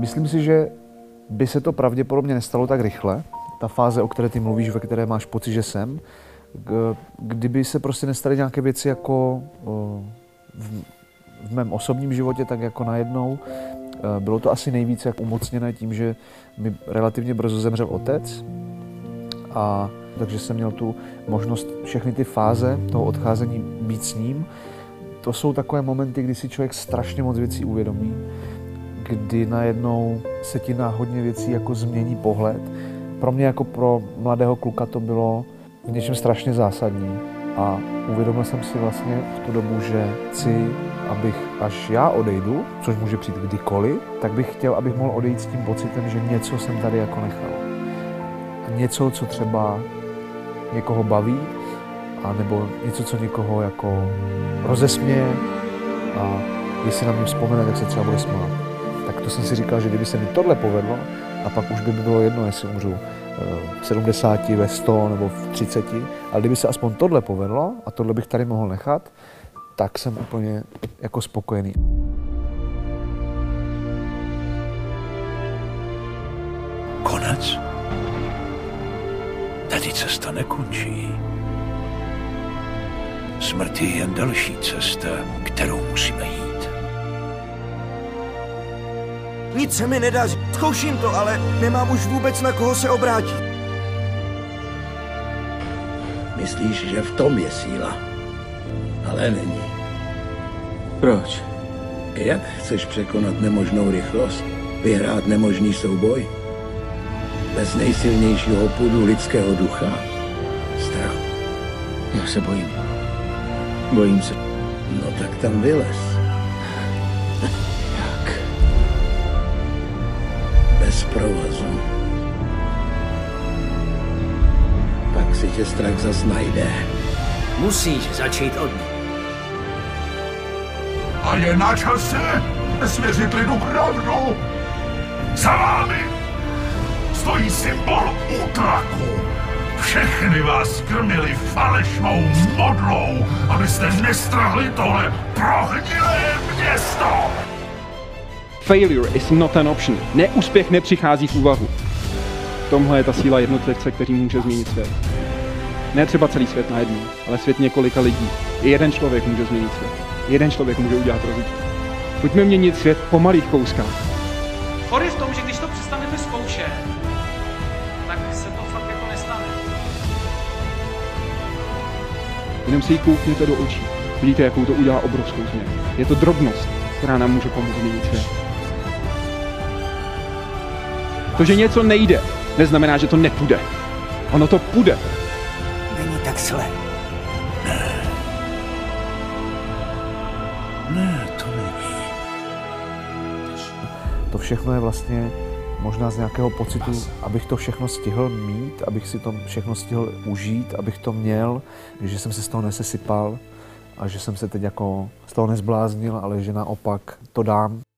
Myslím si, že by se to pravděpodobně nestalo tak rychle. Ta fáze, o které ty mluvíš, ve které máš pocit, že jsem, kdyby se prostě nestaly nějaké věci jako v mém osobním životě, tak jako najednou. Bylo to asi nejvíce jak umocněné tím, že mi relativně brzo zemřel otec, a takže jsem měl tu možnost všechny ty fáze toho odcházení být s ním. To jsou takové momenty, kdy si člověk strašně moc věcí uvědomí, kdy najednou se ti na hodně věcí jako změní pohled. Pro mě jako pro mladého kluka to bylo v něčem strašně zásadní a uvědomil jsem si vlastně v tu dobu, že chci, abych, až já odejdu, což může přijít kdykoliv, tak bych chtěl, abych mohl odejít s tím pocitem, že něco jsem tady jako nechal. Něco, co třeba někoho baví, a nebo něco, co někoho jako rozesměje, a jestli na mě vzpomene, tak se třeba bude smát. Tak to jsem si říkal, že kdyby se mi tohle povedlo, a pak už by bylo jedno, jestli umřu v 70, ve 100 nebo v 30, ale kdyby se aspoň tohle povedlo a tohle bych tady mohl nechat, tak jsem úplně jako spokojený. Konec? Tady cesta nekončí. Smrt je jen další cesta, kterou musíme jít. Nic se mi nedaří. Zkouším to, ale nemám už vůbec na koho se obrátit. Myslíš, že v tom je síla? Ale není. Proč? Jak chceš překonat nemožnou rychlost? Vyhrát nemožný souboj? Bez nejsilnějšího půdu lidského ducha? Strach. Já se bojím. Bojím se. No tak tam vylez. Jak? Bez provazu. Pak si tě strach zas najde. Musíš začít od ní. A je na čase svěřit lidu pravdu. Za vámi stojí symbol útlaku. Všechny vás krmili falešnou modlou, abyste nestrhli tohle prohnilé město. Failure is not an option. Neúspěch nepřichází v úvahu. V tomhle je ta síla jednotlivce, který může změnit svět. Ne třeba celý svět najednou, ale svět několika lidí. I jeden člověk může změnit svět. Jeden člověk může udělat rozhodnutí. Pojďme měnit svět po malých kouskách. For je v tom, že když to přestanete zkoušet, tak se to fakt jako nestane. Jenom si ji koukněte do očí. Vidíte, jakou to udělá obrovskou změnu. Je to drobnost, která nám může pomoct změnit svět. To, že něco nejde, neznamená, že to nepůjde. Ono to půjde. Není tak zle. Ne, to není. To všechno je vlastně možná z nějakého pocitu, abych to všechno stihl mít, abych si to všechno stihl užít, abych to měl, že jsem se z toho nesesypal a že jsem se teď jako z toho nezbláznil, ale že naopak to dám.